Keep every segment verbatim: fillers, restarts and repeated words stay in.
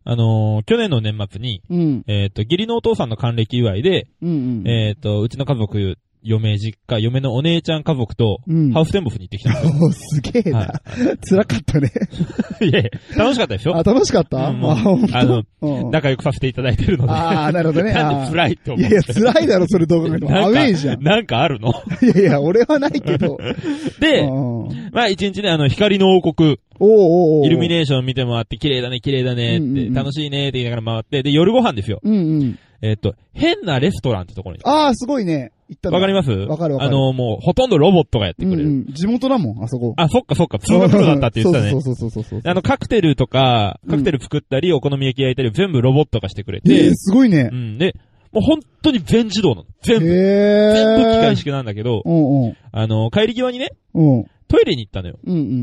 あのー、去年の年末に、 うん、 えっ、ー、と、義理のお父さんの還暦祝いで、 うんうん、 えっ、ー、と、うちの家族、嫁実家、嫁のお姉ちゃん家族と、うん、ハウステンボスに行ってきたんですよ。 おすげえな。はい、辛かったね。 いやいや、楽しかったでしょ？ あ、楽しかった、うん、あ、 あの、うん、仲良くさせていただいてるので。 ああ、なるほどね。 なんで辛いって思う。 いやいや、辛いだろ、それ動画見ても。アウェイじゃん。 なんかあるの？ いやいや、俺はないけど。 で、まあ一日ね、あの、光の王国。 おーおーおーイルミネーション見てもらって、綺麗だね、綺麗だねって、うんうんうん、楽しいねって言いながら回って、で、夜ご飯ですよ。 うんうん。 えっ、ー、と、変なレストランってところに。 ああ、すごいね。行ったの。 わかります？ わかるわかる。 あの、もう、ほとんどロボットがやってくれる。うんうん、地元だもん、あそこ。 あ、そっかそっか、通学路だったって言ってたね。 そうそうそうそうそうそう。 あの、カクテルとか、カクテル作ったり、うん、お好み焼き焼いたり、全部ロボットがしてくれて。 えー、すごいね。 うん。で、もう本当に全自動なの。全部。 へー。 全部機械式なんだけど、 うんうん。 あの、帰り際にね、 うん。 トイレに行ったのよ。 うんうんうんうん。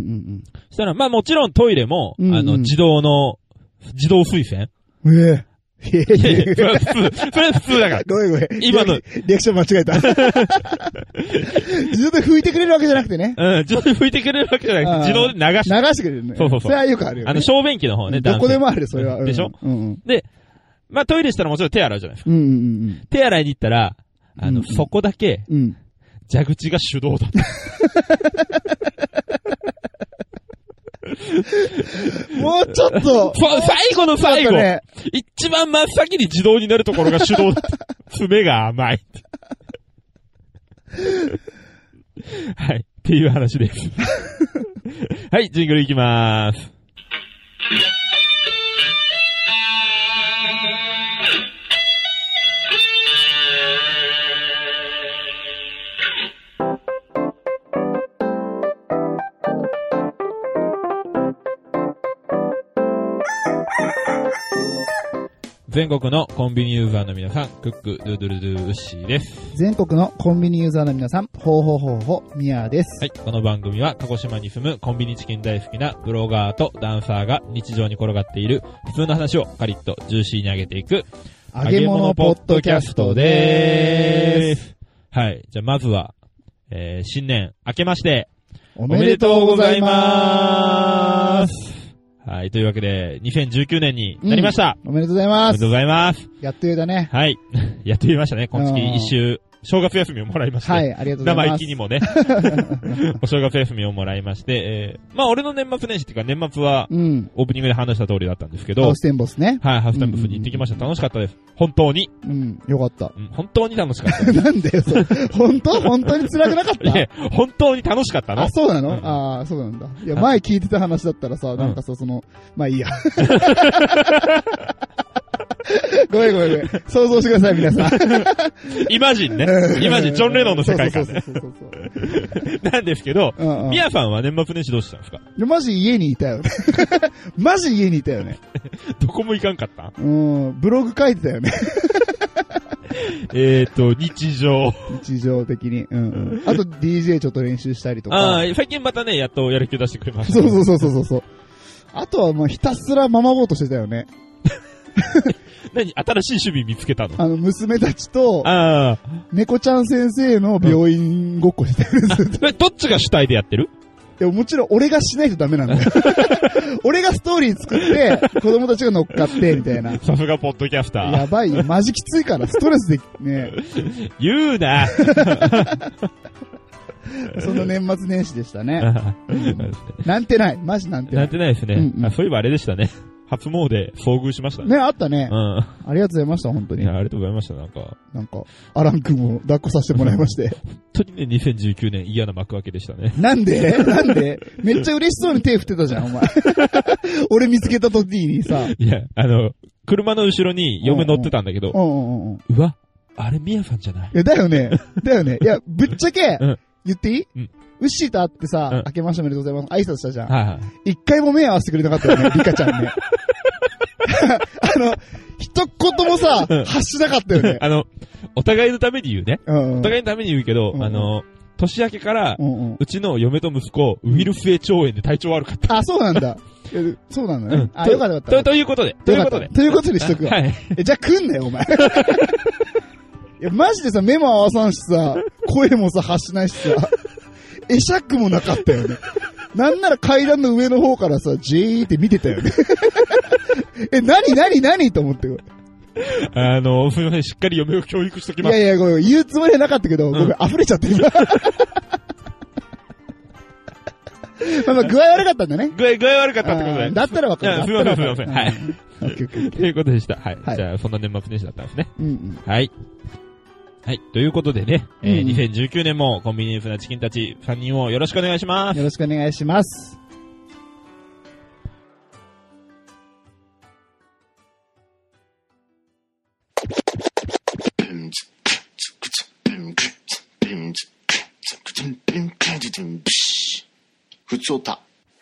そしたら、まあもちろんトイレも、 うんうん、 あの、自動の、自動水洗。 ええ。いやいやいや、それは普通、それは普通だから。 ごめんごめん。 今の。 リアクション間違えた。自動で拭いてくれるわけじゃなくてね。 うん、自動で拭いてくれるわけじゃなくて、自動で流して。 流してくれるね。 そうそうそう。 それはよくあるよね。 あの、小便器の方ね、 どこでもある、それは。 うん、でしょ、 うんうん、 で、まあトイレしたらもちろん手洗うじゃないですか。 うんうんうん。 手洗いに行ったら、あの、 うんうん、 そこだけ、 うん、 蛇口が手動だった。 もうちょっと最後の最後、ね、一番真っ先に自動になるところが手動だった。爪が甘い。はい。っていう話です。はい、ジングルいきまーす。全国のコンビニユーザーの皆さん、クック、ドゥドゥルドゥウッシーです。 全国のコンビニユーザーの皆さん、ほうほうほうほう、ミヤです。 はい、この番組は鹿児島に住むコンビニチキン大好きなブロガーとダンサーが日常に転がっている普通の話をカリッとジューシーに上げていく、 揚げ物ポッドキャストでーす。 はい、じゃあまずは、えー、新年明けまして、 おめでとうございまーす。 はい。というわけで、にせんじゅうきゅうねんになりました。 うん、おめでとうございます。 おめでとうございます。 やっと言えたね。 はい。やっと言いましたね。今月一週、正月休みをもらいまして。 はい、ありがとうございます。 生意気にもね。お正月休みをもらいまして、えー、まあ俺の年末年始っていうか年末は、オープニングで話した通りだったんですけど。 ハウステンボスね。 はい、ハウステンボスに行ってきました。楽しかったです。本当に。 うん、よかった。 うん、本当に楽しかった。 なんだよ、それ。本当本当に辛くなかったいや、本当に楽しかったの。 あ、そうなの、うん、ああ、そうなんだ。いや、前聞いてた話だったらさ、なんかさ、その、まあいいや。ごめんごめんごめん。想像してください、皆さん。 イマジンね。イマジン、ジョン・レノンの世界観ね。なんですけど、うんうん、ミヤさんは年末年始どうしたんですか？ いや、マジ家にいたよね。マジ家にいたよね。 どこも行かんかった？ うん、ブログ書いてたよね。 えっと、日常。 日常的に。うんうん。あと ディージェー ちょっと練習したりとか。 ああ、最近またね、やっとやる気を出してくれました、 ね。そうそうそうそうそう。あとはもうひたすらママボートしてたよね。 何新しい趣味見つけたの？ あの、娘たちと、 あ猫ちゃん先生の病院ごっこしてたよね。 うん、どっちが主体でやってる？ いや、もちろん俺がしないとダメなんだよ。俺がストーリー作って、子供たちが乗っかって、みたいな。 さすがポッドキャスター。 やばいよ。マジきついから、ストレスでね。 言うな。 その年末年始でしたね。なんてない。マジなんてない。 なんてないですね。うんうん、あ、そういえばあれでしたね。初詣遭遇しましたね。 ね、あったね。 うん。 ありがとうございました、本当に。 いや、ありがとうございました、なんか。 なんか、アラン君を抱っこさせてもらいまして。 本当にね、にせんじゅうきゅうねん嫌な幕開けでしたね。 なんでなんでめっちゃ嬉しそうに手振ってたじゃん、お前。俺見つけた時にさ。 いや、あの、車の後ろに嫁乗ってたんだけど、 うんうんうん、 うわ、あれミヤさんじゃない？ いや、だよね。だよね。いや、ぶっちゃけ、うん、言っていい？ うんウッシーと会ってさ、うん、明けましておめでとうございます。挨拶したじゃん。 はいはい。 一回も目合わせてくれなかったよね、リカちゃんね。あの、一言もさ、うん、発しなかったよね。 あの、お互いのために言うね。 うんうん、 お互いのために言うけど、うんうん、あの、年明けから、うんうん、うちの嫁と息子、ウイルス性腸炎で体調悪かった。 あ、そうなんだ。そうなんだね。うん、 あ、よかったよかった。ということで。 ということで。ということでしとくわ。はい。え、じゃあ来んなよ、お前。いや、マジでさ、目も合わさんしさ、声もさ、発しないしさ、会釈もなかったよね。なんなら階段の上の方からさ、じーって見てたよね。 え、なになになにと思って。 あの、すみません、しっかり嫁を教育しときます。 いやいや、ごめん、言うつもりはなかったけど、ごめん、溢れちゃって今。まあまあ、具合悪かったんだね。 具合、具合悪かったってことで。 だったらわかる。 いや、すみません、すみません。はい。ということでした。はい。 はい、 じゃあ、そんな年末年始だったんですね。 うんうん。 はい。はい。ということでね、うんうん、えー、にせんじゅうきゅうねんもコンビニエンスなチキンたちさんにんをよろしくお願いします。 よろしくお願いします。 ふつおた。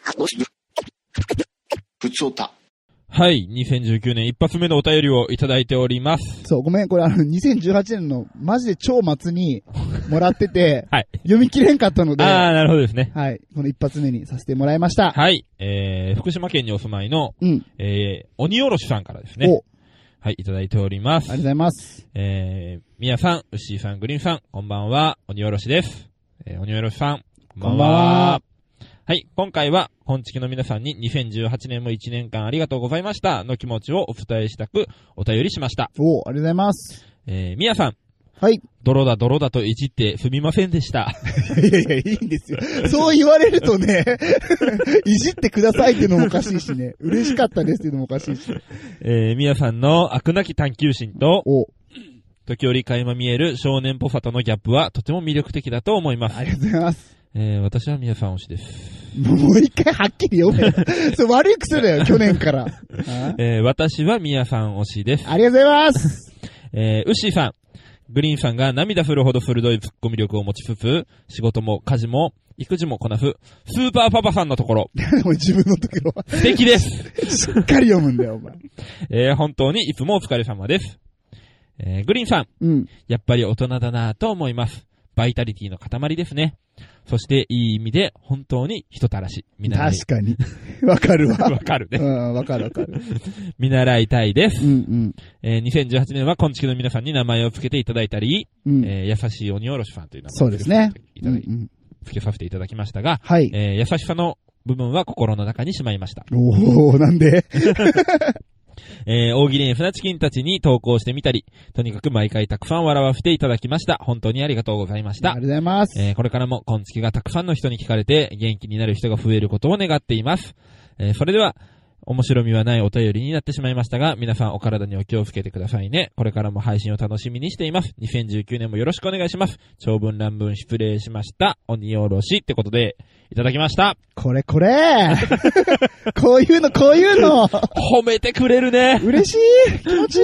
ふつおた。 はい。にせんじゅうきゅうねん一発目のお便りをいただいております。 そう、ごめん。これあの、にせんじゅうはちねんのマジで超末にもらってて、 はい。 読み切れんかったので。 あー、なるほどですね。 はい。この一発目にさせてもらいました。 はい。えー、福島県にお住まいの、 うん。 えー、鬼おろしさんからですね。お。はい、いただいております。 ありがとうございます。 えー、みやさん、うっしーさん、グリーンさん、こんばんは、鬼おろしです。えー、鬼おろしさん、こんばんは。こんばんは。はい、今回は、本チキの皆さんににせんじゅうはちねんもいちねんかんありがとうございましたの気持ちをお伝えしたくお便りしました。 おー、ありがとうございます。 えー、みやさん。 はい。 泥だ泥だといじってすみませんでした。 いやいや、いいんですよ。そう言われるとね、いじってくださいっていうのもおかしいしね、嬉しかったですっていうのもおかしいし。 えー、みやさんの飽くなき探求心と、 お時折垣間見える少年っぽさとのギャップはとても魅力的だと思います。 ありがとうございます。 えー、私はみやさん推しです。 もう一回はっきり読め。それ悪い癖だよ、去年から。 えー、私はみやさん推しです。 ありがとうございます。 えー、うっしーさん。グリーンさんが涙降るほど鋭いツッコミ力を持ちつつ、仕事も家事も育児もこなす、スーパーパパさんのところ。 自分のところは。 素敵です。 しっかり読むんだよ、お前。 えー、本当にいつもお疲れ様です。えー、グリーンさん。 うん。 やっぱり大人だなぁと思います。バイタリティの塊ですね。そしていい意味で本当に人たらし。見習い。 確かに。わかるわ。 わかるね。 うん、わかるわかる。 見習いたいです。 うんうん。 えー、にせんじゅうはちねんはこんちきの皆さんに名前を付けていただいたり、うん、えー、優しい鬼おろしさんという名前をそうですね。 うんうん、付けさせていただきましたが、 はい。 えー、優しさの部分は心の中にしまいました。 おー、なんでえー、大喜利船チキンたちに投稿してみたり、とにかく毎回たくさん笑わせていただきました。本当にありがとうございました。 ありがとうございます。 えー、これからもこんちきがたくさんの人に聞かれて元気になる人が増えることを願っています。えー、それでは、面白みはないお便りになってしまいましたが、皆さんお体にお気をつけてくださいね。これからも配信を楽しみにしています。にせんじゅうきゅうねんもよろしくお願いします。長文乱文失礼しました。鬼おろしってことで、いただきました。 これこれこういうの、こういうの褒めてくれるね。 嬉しい気持ちいい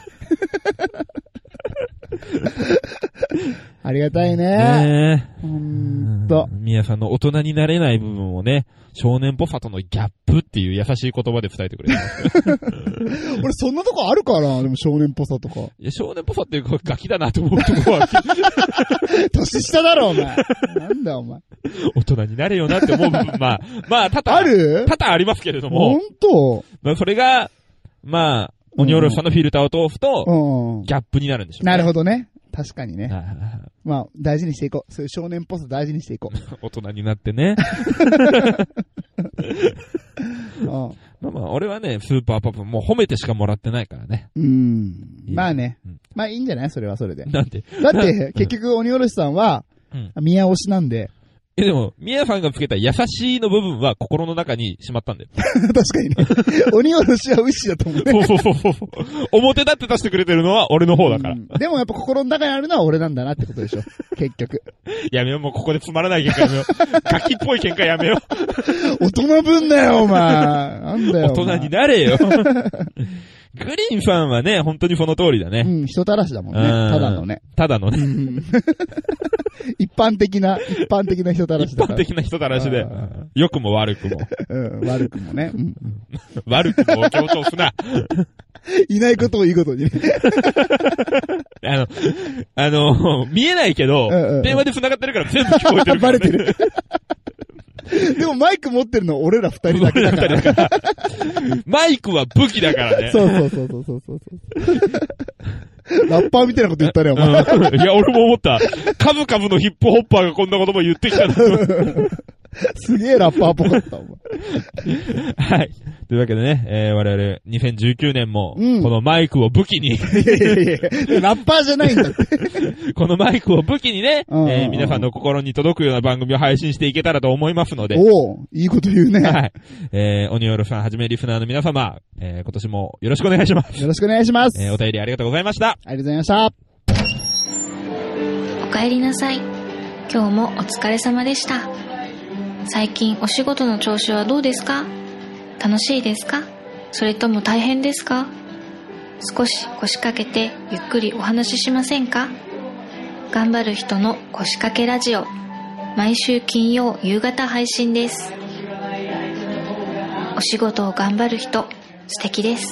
ありがたいね。 ねえ。 ほんと。 みやさんの大人になれない部分をね、少年っぽさとのギャップっていう優しい言葉で伝えてくれてます。 俺そんなとこあるかなでも少年っぽさとか。 いや、少年っぽさっていうかガキだなと思うとこは。 年下だろ、お前。なんだ、お前。 大人になれよなって思う部分、まあ、まあ、多々。 ある多々ありますけれども。 ほんとまあ、それが、まあ、鬼おろしさんのフィルターを通すと、 うん、 ギャップになるんでしょうね。 なるほどね。確かにね。まあ、大事にしていこう。そういう少年っぽさ大事にしていこう。 大人になってね。 うん、 まあまあ、俺はね、スーパーパパもう褒めてしかもらってないからね。 うん。まあね。うん、まあいいんじゃないそれはそれで。 なんでだって、結局、鬼おろしさんは、うん、宮推しなんで。 え、でも、みやさんがつけた優しいの部分は心の中にしまったんだよ。 確かにね。鬼おろしはウッシーだと思うね。 そうそうそうそう。表立って出してくれてるのは俺の方だから。うん、 でもやっぱ心の中にあるのは俺なんだなってことでしょ。結局。 やめよう、もうここでつまらない喧嘩やめよう。ガキっぽい喧嘩やめよう。大人ぶんなよ、お前。なんだよ。 大人になれよ。グリーンさんはね、本当にその通りだね。 うん、人たらしだもんね。ただのね。 ただのね。 一般的な、一般的な人たらしだから。 一般的な人たらしで。良くも悪くも。 うん、悪くもね。うん、 悪くも強調すな。 いないことをいいことにね。 あの、あの、見えないけど、うんうんうん、電話で繋がってるから全部聞こえてるから、ね。 バレてる。でもマイク持ってるの俺ら二人だけだから。からマイクは武器だからね。 そうそうそうそうそうそう。ラッパーみたいなこと言ったね、お前。 いや、俺も思った。カブカブのヒップホッパーがこんなことも言ってきたの。 すげえラッパーっぽかった、お前。 はい。 というわけでね、えー、我々にせんじゅうきゅうねんも、 うんこのマイクを武器に、 いやいやいやラッパーじゃないんだって。 このマイクを武器にね、 うんうんうんえー、皆さんの心に届くような番組を配信していけたらと思いますので。 おう、いいこと言うね。 はい。えー、鬼おろさんはじめリスナーの皆様、えー、今年もよろしくお願いします。 よろしくお願いします。 えー、お便りありがとうございました。 ありがとうございました。 おかえりなさい。今日もお疲れ様でした。最近お仕事の調子はどうですか？楽しいですか？それとも大変ですか？少し腰掛けてゆっくりお話ししませんか？頑張る人の腰掛けラジオ、毎週金曜夕方配信です。お仕事を頑張る人、素敵です。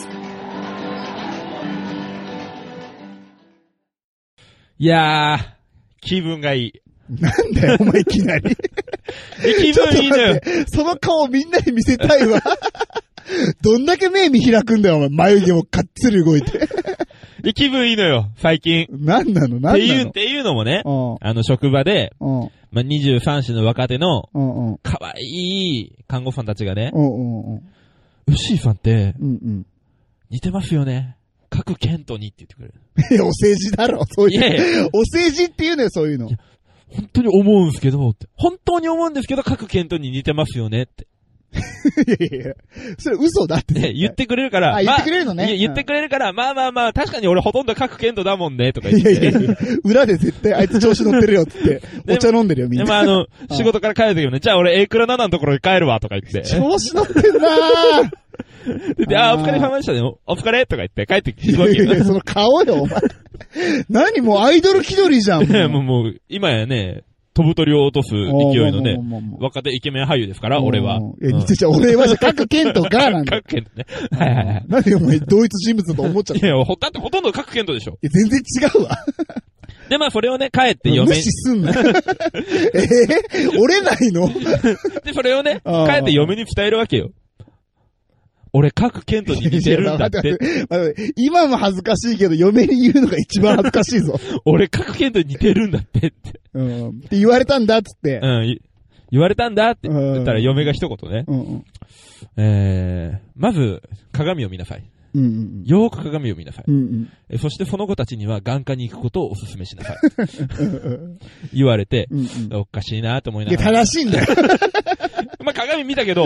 いやー、気分がいい。 なんだよ、お前いきなり。 気分いいのよ。 その顔みんなに見せたいわ。どんだけ目見開くんだよ、お前。眉毛もかっつり動いて。 気分いいのよ、最近。 なんなのなんなのっていう、っていうのもね、あの、職場で、まあ、にじゅうさんさいの若手の、かわいい看護婦さんたちがね、ウッシーさんって、似てますよね。各ケントにって言ってくれる。 いや、お世辞だろ、そういう。いやいやお世辞って言うのよ、そういうの。 本当に思うんですけど、って。本当に思うんですけど、各ケントに似てますよねって。 いやいやそれ嘘だって。 ね、言ってくれるから。 あ、言ってくれるのね。 まあ、言ってくれるから、まあまあまあ、確かに俺ほとんど各ケントだもんね、とか言って。 いやいやいや裏で絶対あいつ調子乗ってるよって言って、お茶飲んでるよ、みんな。 でもあの、仕事から帰るときもね、じゃあ俺 A クラななのところに帰るわ、とか言って。 調子乗ってんなーで、あー、お疲れ様でしたね。お疲れとか言って帰ってきてるわけよ。 いやいやその顔よ、お前。何もうアイドル気取りじゃん。 もう、もう、もう今やね、飛ぶ鳥を落とす勢いのね、若手イケメン俳優ですから、俺は。 え、似てちゃう、俺はじゃ、各県とがなんだ。 各県とね。はいはいはい。 なんでお前、同一人物だと思っちゃった。 いや、ほ、だってほとんど各県とでしょ。 いや、全然違うわ。 で、まあ、それをね、帰って嫁に。 無視すんな。えー、折れないので、それをね、帰って嫁に伝えるわけよ。俺、各県とに似てるんだって。 待って待って待って今も恥ずかしいけど、嫁に言うのが一番恥ずかしいぞ。 俺、各県と似てるんだってって。 うん。って言われたんだっつって。 うん。言われたんだって言ったら嫁が一言ね。うんうん、えー、まず、鏡を見なさい。うんうん、よーく鏡を見なさい、うんうんえ。そしてその子たちには眼科に行くことをお勧めしなさい。言われて、うんうん、おかしいなと思いながら。 いや、正しいんだよ。 まあ、鏡見たけど、うん、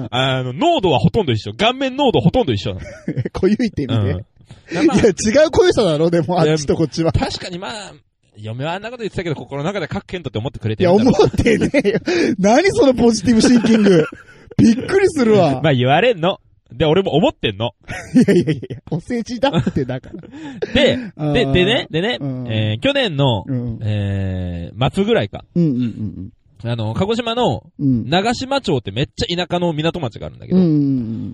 あの、濃度はほとんど一緒。顔面濃度ほとんど一緒なの。 濃ゆいって意味で、うんまあ。いや、違う濃ゆさだろ、でも、あっちとこっちは。 確かにまあ、嫁はあんなこと言ってたけど、心の中で各県とって思ってくれてるんだろ。いや、思ってねえよ。何そのポジティブシンキング。びっくりするわ。 まあ、言われんの。で、俺も思ってんの。 いやいやいや、お世辞だってだから。 で、で、でね、でね、えー、去年の、うん、えー、末ぐらいか。うんうんうんあの、鹿児島の、長島町ってめっちゃ田舎の港町があるんだけど、うんうんうん、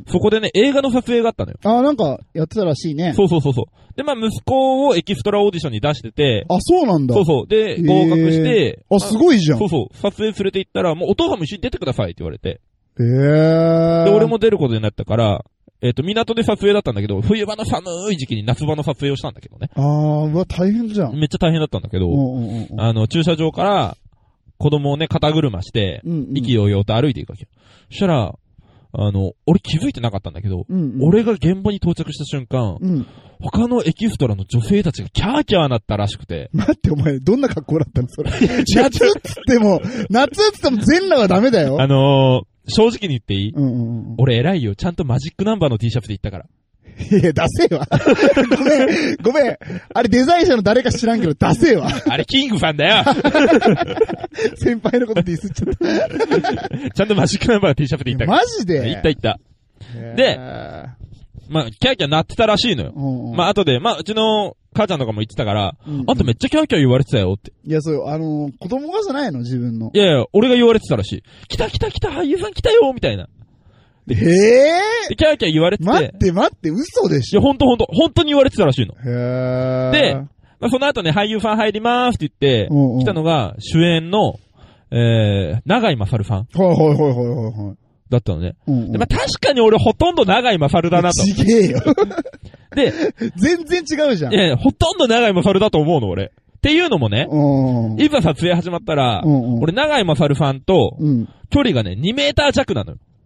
そこでね、映画の撮影があったのよ。 ああ、なんか、やってたらしいね。 そうそうそうそう。で、まあ、息子をエキストラオーディションに出してて、 あ、そうなんだ。 そうそう。で、合格して、 あ、すごいじゃん。 そうそう。撮影連れて行ったら、もうお父さんも一緒に出てくださいって言われて。 へー。 で、俺も出ることになったから、えっと、港で撮影だったんだけど、冬場の寒い時期に夏場の撮影をしたんだけどね。 ああ、うわ、大変じゃん。 めっちゃ大変だったんだけど、うんうんうん、あの、駐車場から、子供をね、肩車して、うんうん、意気揚々と歩いていくわけよ。そしたら、あの、俺気づいてなかったんだけど、うんうん、俺が現場に到着した瞬間、うん、他のエキストラの女性たちがキャーキャーなったらしくて。 待って、お前、どんな格好だったのそれ。夏っつっても、夏っつっても全裸はダメだよ。 あのー、正直に言っていい、うんうんうん、俺偉いよ。ちゃんとマジックナンバーの T シャツで行ったから。 いや、出せわ。ごめん、ごめん。あれデザイン者の誰か知らんけど、出せわ。 あれキングさんだよ。 先輩のことディスっちゃった。ちゃんとマジックナンバーの T シャツで行ったから。 マジで行った行った。で、まあ、キャーキャーなってたらしいのよ。うんうん、まあ、後で、まあ、うちの母ちゃんとかも言ってたから、うんうん、あんためっちゃキャーキャー言われてたよって。 いや、そう、あのー、子供がじゃないの自分の。 いやいや、俺が言われてたらしい。来た来た来た、俳優さん来たよみたいな。 へえー。キャーキャー言われてて。 待って待って、嘘でしょ。 いや、ほんとほんと、ほんとに言われてたらしいの。 へー。 で、まあ、その後ね、俳優ファン入りまーすって言って、うんうん、来たのが、主演の、えー、長井勝ファン。 はいはいはいはいはいはい。 だったのね。うんうん、でまあ、確かに俺ほとんど長井勝だなと。 ちげえよ。 で、 全然違うじゃん。 いやいや、ほとんど長井勝だと思うの俺。っていうのもね、うん、いざ撮影始まったら、うんうん、俺長井勝ファンと、距離がね、にメーター弱なのよ。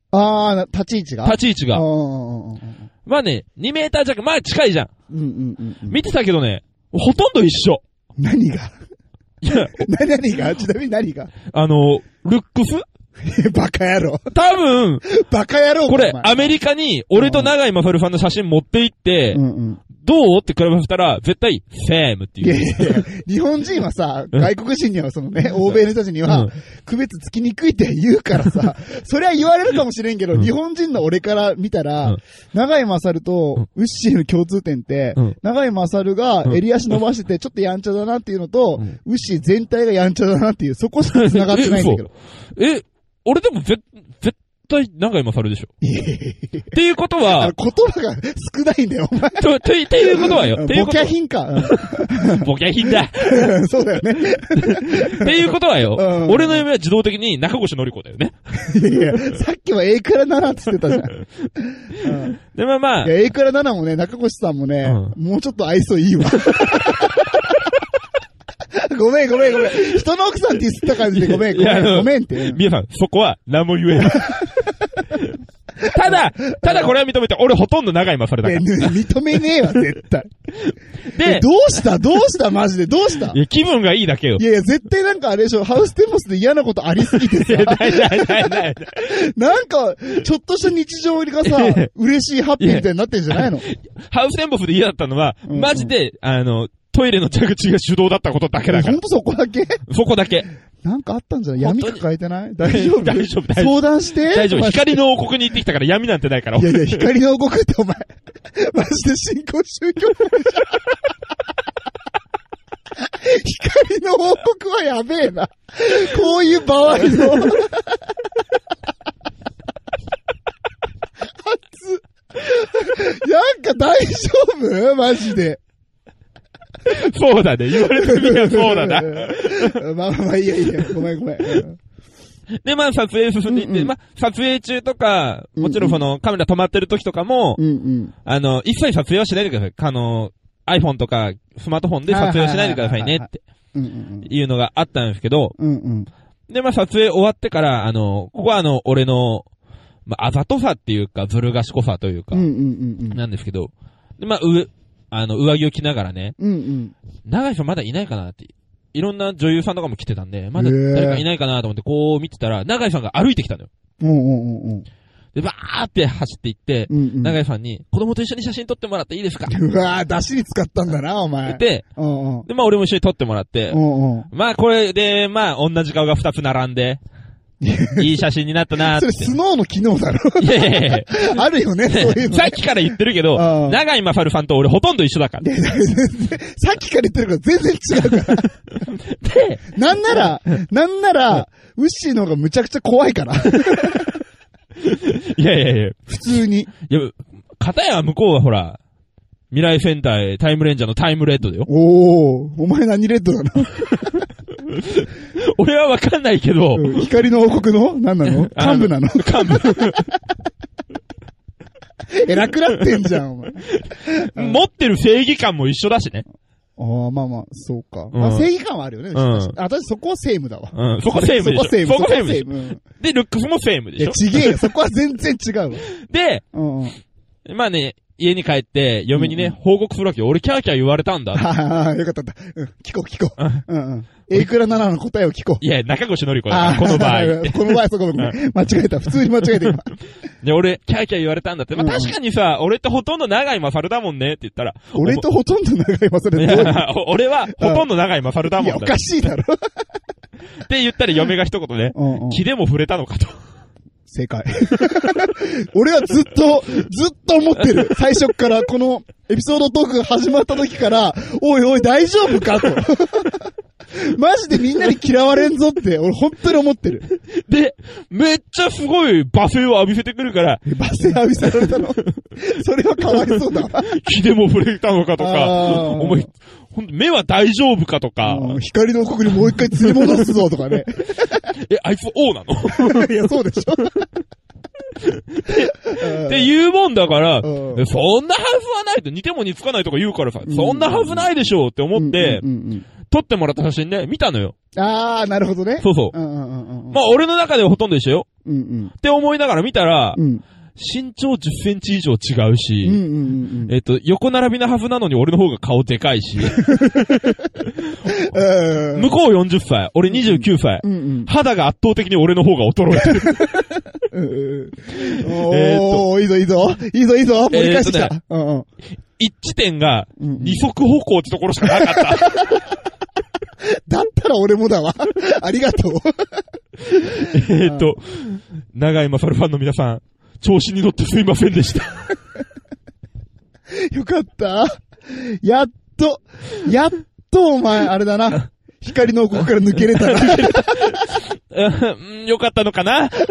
あー、立ち位置が立ち位置が。 あまあね、にメーター弱、まあ近いじゃん。 うんうんうんうん。 見てたけどね、ほとんど一緒。 何がいや、 な、何がちなみに何があの、ルックスバカ野郎。 多分、 バカ野郎これ、アメリカに、俺と長井マファルファンの写真持って行って、 うんうん、 どうって比べたら、絶対、フェームっていう。 いやいや日本人はさ、外国人にはそのね、欧米の人たちには、うん、区別つきにくいって言うからさ、それは言われるかもしれんけど、うん、日本人の俺から見たら、うん、長井勝とウッシーの共通点って、うん、長井勝が襟足伸ばしてて、ちょっとやんちゃだなっていうのと、うん、ウッシー全体がやんちゃだなっていう、そこしか繋がってないんだけど。 え、俺でもぜ、絶対長井勝でしょ。っていうことは、 言葉が少ないんだよ、お前。 と、と、っていうことはよ。 ボキャ品か。 ボキャ品だ。 そうだよね。 っていうことはよ、うん、俺の夢は自動的に中越のり子だよね。 いやいや、さっきは A からななって言ってたじゃん。うん、 でもまあ。 いや、A からななもね、中越さんもね、うん、もうちょっと愛想いいわ。ごめんごめんごめん。人の奥さんって言った感じでごめんごめんごめんって。 皆さん、そこは何も言えない。ただ、ただこれは認めて、俺ほとんど長いマファルだから。 認めねえわ、絶対。 で、 どうしたどうしたマジでどうしたいや、気分がいいだけよ。 いやいや、絶対なんかあれでしょ、ハウステンボスで嫌なことありすぎてさ。いや、ないないないない。なんか、ちょっとした日常がさ、嬉しいハッピーみたいになってんじゃないのハウステンボスで嫌だったのは、うんうん、マジで、あの、トイレの蛇口が手動だったことだけだから。 ほんとそこだけそこだけ。 なんかあったんじゃない闇抱えてない大丈夫大丈夫大丈夫。 相談して大丈夫。光の王国に行ってきたから闇なんてないから。 いやいや、光の王国ってお前、マジで新興宗教じゃん。光の王国はやべえな。こういう場合の。初。なんか大丈夫マジで。 そうだね。言われてみればそうだな。 まあまあいいやいいや。ごめんごめん。 で、まあ撮影進んでいって、うんうん、まあ撮影中とか、もちろんそのカメラ止まってる時とかも、うんうん、あの、一切撮影はしないでください。あの、iPhone とかスマートフォンで撮影はしないでくださいねっていうのがあったんですけど、うんうん、で、まあ撮影終わってから、あの、ここはあの、俺の、まああざとさっていうか、ずる賢さというか、なんですけど、で、まあ上、あの、上着を着ながらね、うんうん、長井さんまだいないかなって、いろんな女優さんとかも来てたんで、まだ誰かいないかなと思ってこう見てたら、長井さんが歩いてきたのよ。うんうんうん、で、バーって走っていって、うんうん、長井さんに、子供と一緒に写真撮ってもらっていいですかうわぁ、出しに使ったんだな、お前。 で、うんうん、で、まあ俺も一緒に撮ってもらって、うんうん、まあこれで、まあ同じ顔が二つ並んで、いい写真になったなーって。 それスノーの機能だろいやいやいやあるよね、そういうの。 さっきから言ってるけど、長井マファルファンと俺ほとんど一緒だから。 さっきから言ってるから全然違うから。で、なんなら、なんなら、ウッシーの方がむちゃくちゃ怖いから。いやいやいや。 普通に。 いや、片や向こうはほら、未来戦隊タイムレンジャーのタイムレッドだよ。 おー、お前何レッドだな。 俺はわかんないけど、 うん、光の王国の何なの幹部なの幹部。 偉くなってんじゃん、お前。 持ってる正義感も一緒だしね。 ああ、まあまあ、そうか。うん、まあ正義感はあるよね。うん、あ、私そこはセームだわ。 うん、そこセームでしょ。そこセーム。そこセームでしょ。うん、で、ルックスもセームでしょ。 いや、ちげえよ。そこは全然違うわ。 で、うんうん、まあね、家に帰って、嫁にね、うんうん、報告するわけよ。俺キャーキャー言われたんだ。 ああ、よかったんだ。うん、聞こう聞こう。うんうん。エイクラななの答えを聞こう。 いや、中越のり子だから、この場合。 この場合、そこごめん。間違えた。普通に間違えた今。 で、俺、キャーキャー言われたんだって。まあ、確かにさ、俺ってほとんど長いマサルだもんねって言ったら。 俺とほとんど長いマサルってどういう？ 俺はほとんど長いマサルだもんだ。いや、 おかしいだろ。 って言ったら嫁が一言ね、うんうん、気でも触れたのかと。 正解。俺はずっと、ずっと思ってる。最初から、このエピソードトークが始まった時から、おいおい大丈夫かと。マジでみんなに嫌われんぞって、俺本当に思ってる。 で、めっちゃすごい罵声を浴びせてくるから。 罵声浴びせられたのそれはかわいそうだわ。 気でも触れたのかとか、お前、ほんと目は大丈夫かとか。 光の国にもう一回釣り戻すぞとかね。 え、あいつ王なのいや、そうでしょ。 って言うもんだから、そんなはずはないと似ても似つかないとか言うからさ、そんなはずないでしょうって思って、 撮ってもらった写真で見たのよ。 あー、なるほどね。 そうそう。 うんうんうんうん。 まあ俺の中ではほとんど一緒よ。 うんうん。 って思いながら見たら、 うん。 身長じゅっセンチ以上違うし、 うんうんうんうん、 えっと、横並びなはずなのに俺の方が顔でかいし、向こうよんじゅっさい、俺にじゅうきゅうさい、 うんうん、 肌が圧倒的に俺の方が衰えてる。 えー、おー、いいぞいいぞ、いいぞいいぞ、盛り返してきた。ねうんうん、 一致点が二足歩行ってところしかなかった。 だったら俺もだわ。ありがとう。 えっと、長井勝ファンの皆さん、調子に乗ってすいませんでした。 よかった。やっと、やっとお前、あれだな。光の奥から抜けれたな。 よかったのかな。なんだ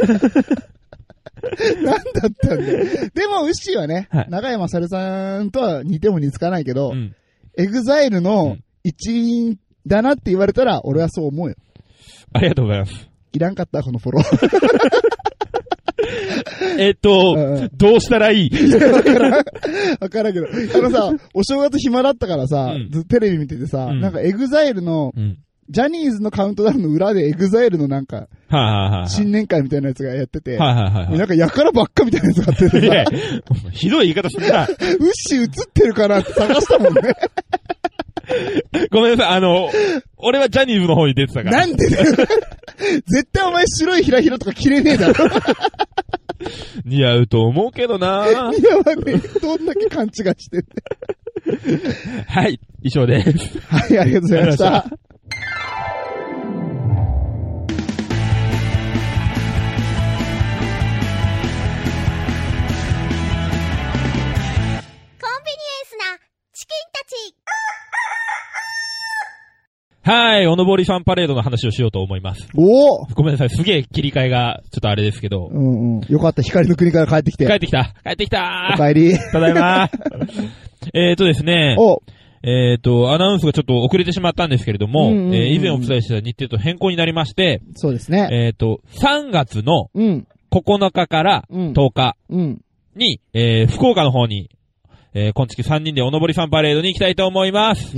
ったんだよ。でも、ウッシーはね、はい、長山勝さんとは似ても似つかないけど、うん、エグザイルの一員だなって言われたら、俺はそう思うよ。 ありがとうございます。 いらんかった、このフォロー。 えっと、うん、どうしたらいい？いや、わからん。 わからんけど。あのさ、お正月暇だったからさ、うん、ずテレビ見ててさ、うん、なんかエグザイルの、うん、ジャニーズのカウントダウンの裏でエグザイルのなんか、 はあはあはあ、 新年会みたいなやつがやってて、 はあはあはあ、 なんかやからばっかみたいなやつがあっててさ、 ひどい言い方するな。 ウッシー映ってるかなって探したもんね。 ごめんなさい、あの、俺はジャニーズの方に出てたから。 なんでだよ。絶対お前白いひらひらとか着れねえだろ。 似合うと思うけどな。 似合わねえ。どんだけ勘違いしてんね。 はい、以上です。 はい、ありがとうございました。 はい、おのぼりファンパレードの話をしようと思います。 おお。 ごめんなさい、すげえ切り替えが、ちょっとあれですけど。 うんうん。よかった、光の国から帰ってきて。 帰ってきた。帰ってきた。 お帰り。 ただいま。えーとですね。 おえーと、アナウンスがちょっと遅れてしまったんですけれども、うんうんうん、えー、以前お伝えした日程と変更になりまして、 そうですね。 えーと、さんがつのここのかからとおかに、うんえー、福岡の方に、えー、今月さんにんでおのぼりファンパレードに行きたいと思います。 イ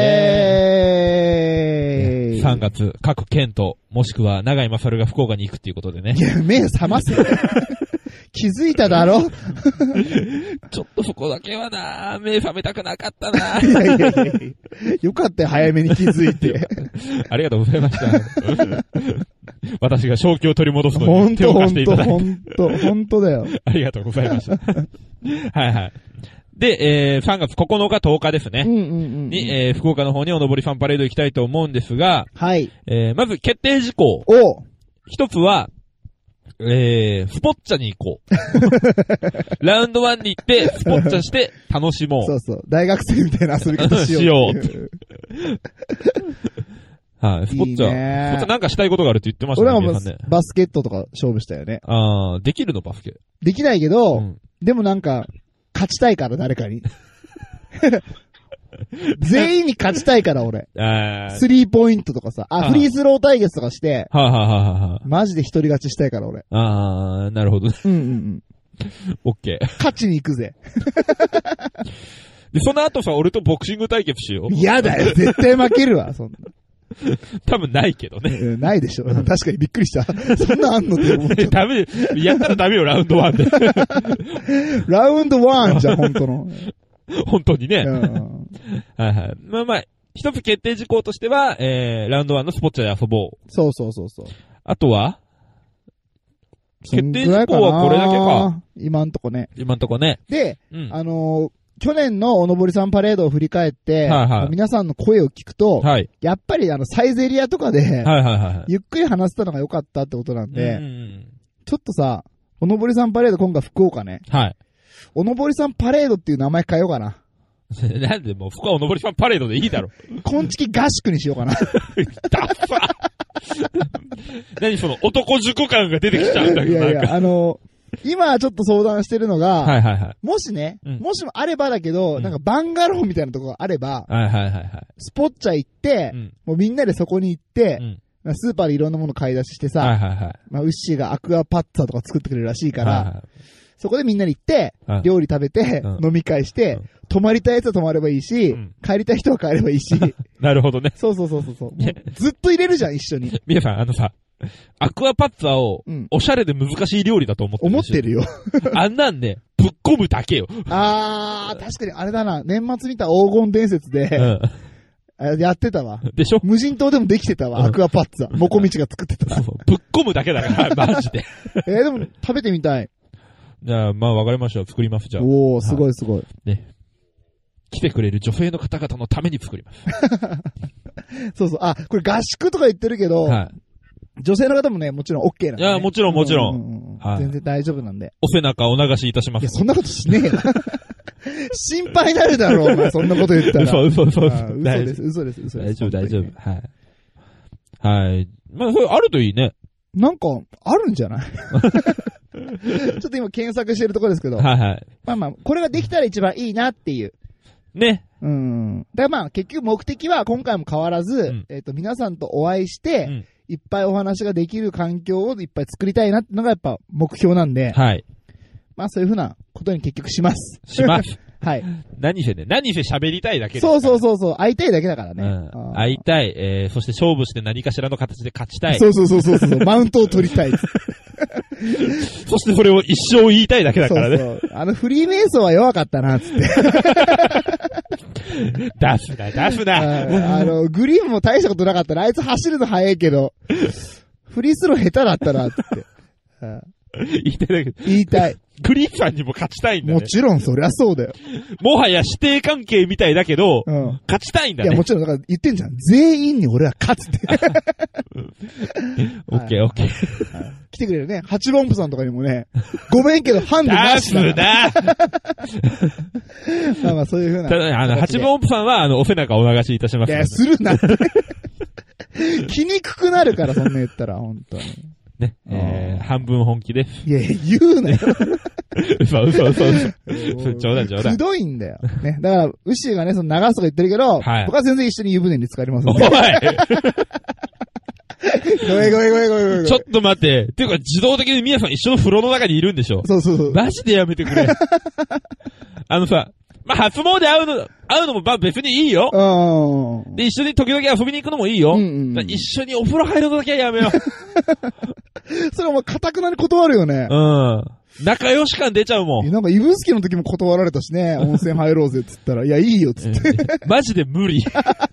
エーイ、 えー、さんがつ、各県と、もしくは長井勝が福岡に行くっていうことでね。 いや、目覚ます。気づいただろ。 ちょっとそこだけはな、目覚めたくなかったな。 いやいやいやよかったよ、早めに気づいて。 ありがとうございました。私が正気を取り戻すのに手を貸していただいて。 ほんと、ほんと、ほんとだよ。 ありがとうございました。はいはい。で、えー、さんがつここのかとおかですね。 うんうんうんうん、 に、えー、福岡の方におのぼりファンパレード行きたいと思うんですが、 はい。 えー、まず決定事項。 お一つは、えー、スポッチャに行こう。ラウンドワンに行って、スポッチャして楽しもう。 そうそう。大学生みたいな遊び方しよう。 しよう。はい、スポッチャ。スポッチャなんかしたいことがあるって言ってましたね。 俺はね、バスケットとか勝負したよね。 あー、できるのバスケ。 できないけど、うん、でもなんか、勝ちたいから誰かに。全員に勝ちたいから俺。スリーポイントとかさ、あ、フリースロー対決とかして、 はあ、はあはははあ、 マジで一人勝ちしたいから俺。 あー、なるほどね。 うんうんうん。 オッケー。 勝ちに行くぜ。 で、その後さ、俺とボクシング対決しよう。 嫌だよ。絶対負けるわ、そんな。 多分ないけどね。 ないでしょ。確かにびっくりした。そんなあんのって思った。 ダメ、やったらダメよ、ラウンドワンで。 ラウンドワンじゃん、本当の。 本当にね。はいはい。まあまあ、一つ決定事項としては、えー、ラウンドワンのスポッチャで遊ぼう。 そうそうそうそう。 あとは決定事項はこれだけか。 今んとこね。 今んとこね。 で、うん、あのー、去年のおのぼりさんパレードを振り返って、はいはい、皆さんの声を聞くと、はい、やっぱりあのサイゼリアとかで、はいはいはい、ゆっくり話せたのが良かったってことなんで、うんうん、ちょっとさ、おのぼりさんパレード今回福岡ね。 はい。 おのぼりさんパレードっていう名前変えようかな。 なんでもう福岡おのぼりさんパレードでいいだろ。 今月合宿にしようかな。ダッサ何その男塾感が出てきちゃうんだけど。 いやいや、あのー、今ちょっと相談してるのが、 はいはいはい、 もしね、うん、もしもあればだけど、 うん、 なんかバンガローみたいなとこがあれば、 はいはいはいはい、 スポッチャ行って、うん、もうみんなでそこに行って、うん、スーパーでいろんなもの買い出ししてさ、 はいはいはい、 まあ、ウッシーがアクアパッツァとか作ってくれるらしいから、はいはい、 そこでみんなで行って、 うん、 料理食べて、うん、飲み会して、うん、泊まりたいやつは泊まればいいし、うん、帰りたい人は帰ればいいし。 なるほどね。 そうそうそうそう。ずっと入れるじゃん、一緒に。 皆さん、あのさ、アクアパッツァを、おしゃれで難しい料理だと思ってる、 思ってるよ。 あんなんね、ぶっ込むだけよ。 あー、確かにあれだな、年末見た黄金伝説で、うん、やってたわ。 でしょ？ 無人島でもできてたわ、うん、アクアパッツァ。もこみちが作ってた。 そうそう、ぶっ込むだけだから、マジで。 えー、でも食べてみたい。 じゃあ、まあわかりましょう。作ります、じゃあ。 おー、すごいすごい。はい、 ね。来てくれる女性の方々のために作ります。 そうそう。あ、これ合宿とか言ってるけど、はい、女性の方もね、もちろん OK なんで、ね。 いや、もちろんもちろん。うんうんうんはい、全然大丈夫なんで。 お背中お流しいたします。 いや、そんなことしねえよ。心配になるだろう、お前。そんなこと言ったら。 嘘嘘嘘。 嘘です、嘘です、嘘です。 大丈夫、大丈夫。はい。はい。まあ、それあるといいね。 なんか、あるんじゃないちょっと今検索してるところですけど。 はいはい。まあまあ、これができたら一番いいなっていう。 ね。 うん。だからまあ、結局目的は今回も変わらず、うん、えっと、皆さんとお会いして、うん、いっぱいお話ができる環境をいっぱい作りたいなってのがやっぱ目標なんで。 はい。 まあ、そういうふうなことに結局します。 します。 はい。 何せね、何せ喋りたいだけですから。そうそうそうそう、会いたいだけだからね。 うん、会いたい、えー、そして勝負して何かしらの形で勝ちたい。 そうそうそうそうそう、マウントを取りたい。 そしてそれを一生言いたいだけだからね。そうそう。あのフリーメイソーは弱かったな、つって。 出すな、出すな。 あの、グリーンも大したことなかったら、あいつ走るの速いけど、フリースロー下手だったな、つって。 言いたいだけど。 言いたい。 グリーンさんにも勝ちたいんだね。 もちろん、そりゃそうだよ。 もはや師弟関係みたいだけど、うん、勝ちたいんだね。 いや、もちろん、だから言ってんじゃん。全員に俺は勝つって。 オッケー、オッケー。 来てくれるね。八分音符さんとかにもね、ごめんけど、ハンデなしだ。 出すなまあまあ、そういうふうな。 ただ、あの、八分音符さんは、あの、お背中お流しいたします。 いや、するなって。気にくくなるから、そんな言ったら、本当に。 ね、えー、半分本気です。 いや、言うなよ。 嘘、嘘、嘘、嘘。冗談、冗談。 くどいんだよ。ね。だから、ウッシーがね、その流すとか言ってるけど、はい、僕は全然一緒に湯船に浸かりますんで。 おいごめんごめんごめんごめんごめん。 ちょっと待って。っていうか、自動的に皆さん一緒の風呂の中にいるんでしょ？ そうそうそう。 マジでやめてくれ。あのさ、まあ、初詣会うの、会うのもまあ別にいいよ。 うん。 で、一緒に時々遊びに行くのもいいよ。うんうん、一緒にお風呂入るのだけはやめよう。 それお前、堅くなに断るよね。 うん。仲良し感出ちゃうもん。 なんか、イブスキの時も断られたしね、温泉入ろうぜっつったら、いや、いいよっつって。 マジで無理。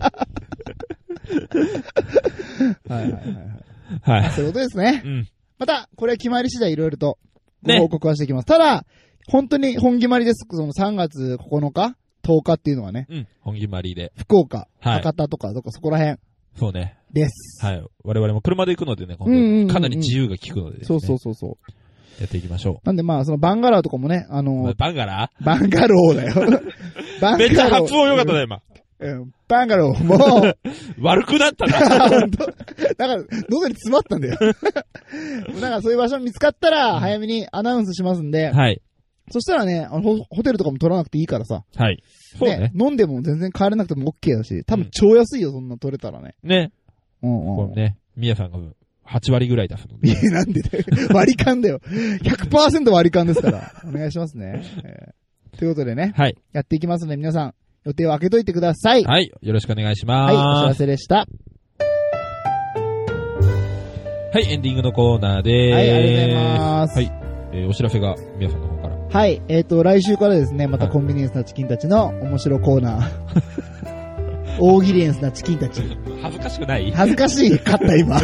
はいはいはいはい。はい。そういうことですね。うん。また、これは決まり次第いろいろと、ご報告はしていきます。ね、ただ、本当に本決まりです。そのさんがつここのかとおかっていうのはね。 うん。本決まりで。 福岡、はい、博多とか、どこそこら辺。 そうね。 です。 はい。我々も車で行くのでね、今度かなり自由が利くので、ね。 そうそうそうそう。 やっていきましょう。 なんでまあ、そのバンガラーとかもね、あのー、 バンガラーバンガローだよ。バンガロー。 めっちゃ発音良かったね、今。 うん。バンガローも悪くなったな。 本当。だから、喉に詰まったんだよ。だからそういう場所見つかったら、早めにアナウンスしますんで。 はい。 そしたらね、あのホ、ホテルとかも取らなくていいからさ。 はい。そうね。 ね、飲んでも全然帰れなくても OK だし、多分超安いよ、そんな取れたらね。 ね。 うんうん。 これね、みやさんがはちわりぐらい出すの。 いや、なんでだよ。割り勘だよ。ひゃくパーセント 割り勘ですから。お願いしますね。えー、ということでね。はい。やっていきますので、皆さん、予定を空けといてください。 はい。よろしくお願いします。 はい。お知らせでした。 はい、エンディングのコーナーでーす。 はい、ありがとうございます。 はい。えー、お知らせが、みやさんの方から。 はい。えっ、ー、と、来週からですね、またコンビニエンスなチキンたちの面白コーナー。大喜利エンスなチキンたち。 恥ずかしくない？ 恥ずかしい。勝った、今。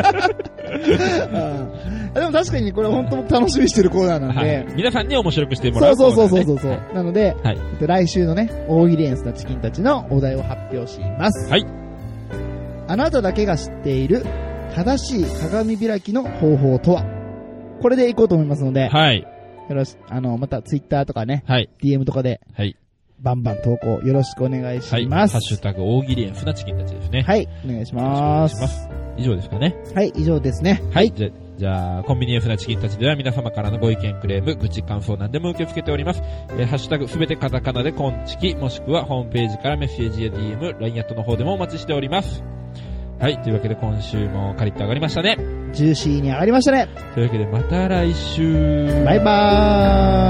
でも確かにこれ本当僕楽しみにしてるコーナーなんで、はい、 皆さんに面白くしてもらうコーナー、ね、 そうそうそうそうそう、はい、なので、 はい、 来週のね大喜利エンスなチキンたちのお題を発表します。 はい。 あなただけが知っている正しい鏡開きの方法とは、これでいこうと思いますので、 はい。 よろしあのまたツイッターとかね、 はい、 ディーエム とかで、 はい、 バンバン投稿よろしくお願いします。はい、ハッシュタグ大喜利エンスなチキンたちですね。 はい、お願いします。 お願いします。以上ですかね。 はい、以上ですね。 はい。じゃ、じゃあ、コンビニエンスなチキンたちでは皆様からのご意見、クレーム、愚痴、感想なんでも受け付けております。えー、ハッシュタグすべてカタカナでコンチキ、もしくはホームページからメッセージや ディーエム、ライン アットの方でもお待ちしております。はい。というわけで今週もカリッと上がりましたね。 ジューシーに上がりましたね。 というわけでまた来週。 バイバーイ。